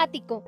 ático.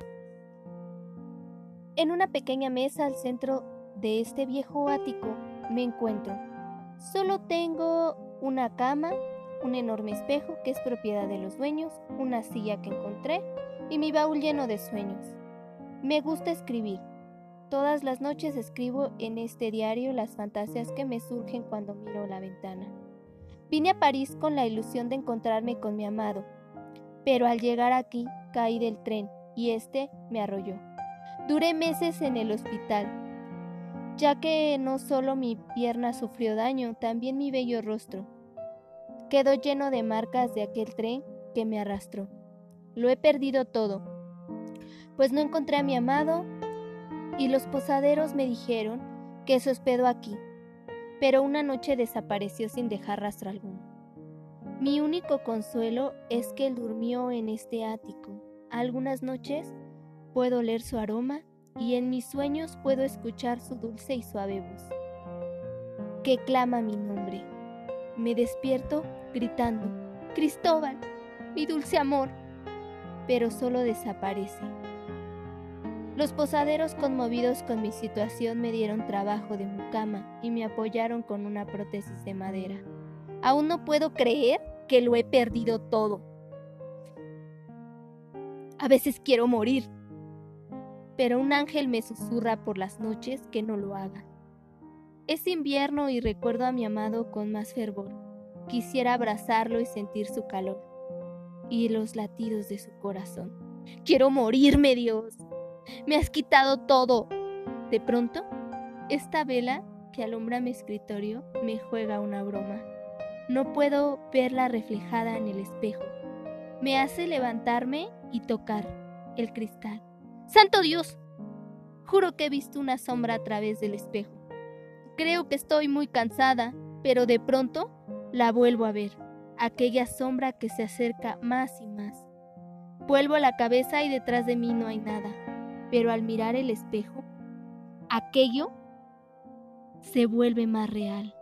En una pequeña mesa al centro de este viejo ático me encuentro. Solo tengo una cama, un enorme espejo que es propiedad de los dueños, una silla que encontré y mi baúl lleno de sueños. Me gusta escribir. Todas las noches escribo en este diario las fantasías que me surgen cuando miro la ventana. Vine a París con la ilusión de encontrarme con mi amado, pero al llegar aquí caí del tren y este me arrolló. Duré meses en el hospital, ya que no solo mi pierna sufrió daño, también mi bello rostro. Quedó lleno de marcas de aquel tren que me arrastró. Lo he perdido todo, pues no encontré a mi amado y los posaderos me dijeron que se hospedó aquí, pero una noche desapareció sin dejar rastro alguno. Mi único consuelo es que él durmió en este ático. Algunas noches puedo oler su aroma y en mis sueños puedo escuchar su dulce y suave voz, que clama mi nombre. Me despierto gritando, Cristóbal, mi dulce amor, pero solo desaparece. Los posaderos, conmovidos con mi situación, me dieron trabajo de mucama y me apoyaron con una prótesis de madera. Aún no puedo creer que lo he perdido todo. A veces quiero morir, pero un ángel me susurra por las noches que no lo haga. Es invierno y recuerdo a mi amado con más fervor. Quisiera abrazarlo y sentir su calor y los latidos de su corazón. Quiero morirme, Dios. Me has quitado todo. De pronto, esta vela que alumbra mi escritorio me juega una broma. No puedo verla reflejada en el espejo. Me hace levantarme y tocar el cristal. ¡Santo Dios! Juro que he visto una sombra a través del espejo. Creo que estoy muy cansada, pero de pronto la vuelvo a ver. Aquella sombra que se acerca más y más. Vuelvo la cabeza y detrás de mí no hay nada. Pero al mirar el espejo, aquello se vuelve más real.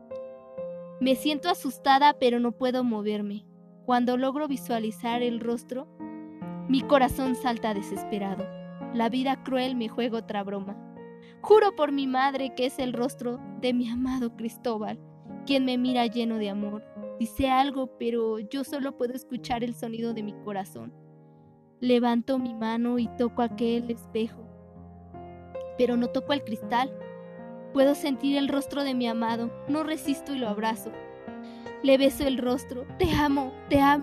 Me siento asustada, pero no puedo moverme. Cuando logro visualizar el rostro, mi corazón salta desesperado. La vida cruel me juega otra broma. Juro por mi madre que es el rostro de mi amado Cristóbal, quien me mira lleno de amor. Dice algo, pero yo solo puedo escuchar el sonido de mi corazón. Levanto mi mano y toco aquel espejo, pero no toco el cristal. Puedo sentir el rostro de mi amado, no resisto y lo abrazo. Le beso el rostro, te amo,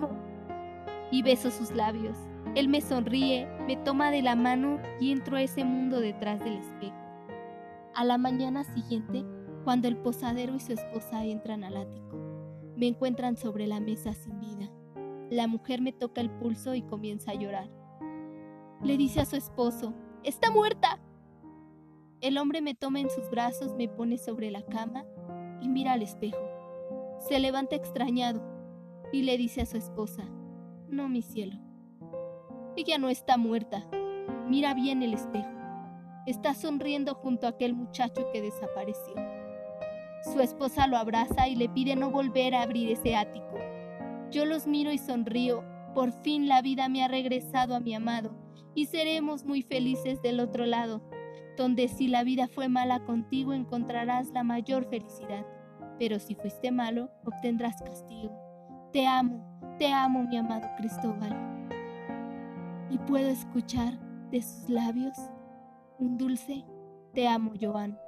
y beso sus labios. Él me sonríe, me toma de la mano y entro a ese mundo detrás del espejo. A la mañana siguiente, cuando el posadero y su esposa entran al ático, me encuentran sobre la mesa sin vida. La mujer me toca el pulso y comienza a llorar. Le dice a su esposo, ¡está muerta! El hombre me toma en sus brazos, me pone sobre la cama y mira al espejo. Se levanta extrañado y le dice a su esposa, no, mi cielo, ella no está muerta. Mira bien el espejo. Está sonriendo junto a aquel muchacho que desapareció. Su esposa lo abraza y le pide no volver a abrir ese ático. Yo los miro y sonrío. Por fin la vida me ha regresado a mi amado y seremos muy felices del otro lado, donde si la vida fue mala contigo encontrarás la mayor felicidad, pero si fuiste malo obtendrás castigo. Te amo mi amado Cristóbal. Y puedo escuchar de sus labios un dulce te amo, Joan.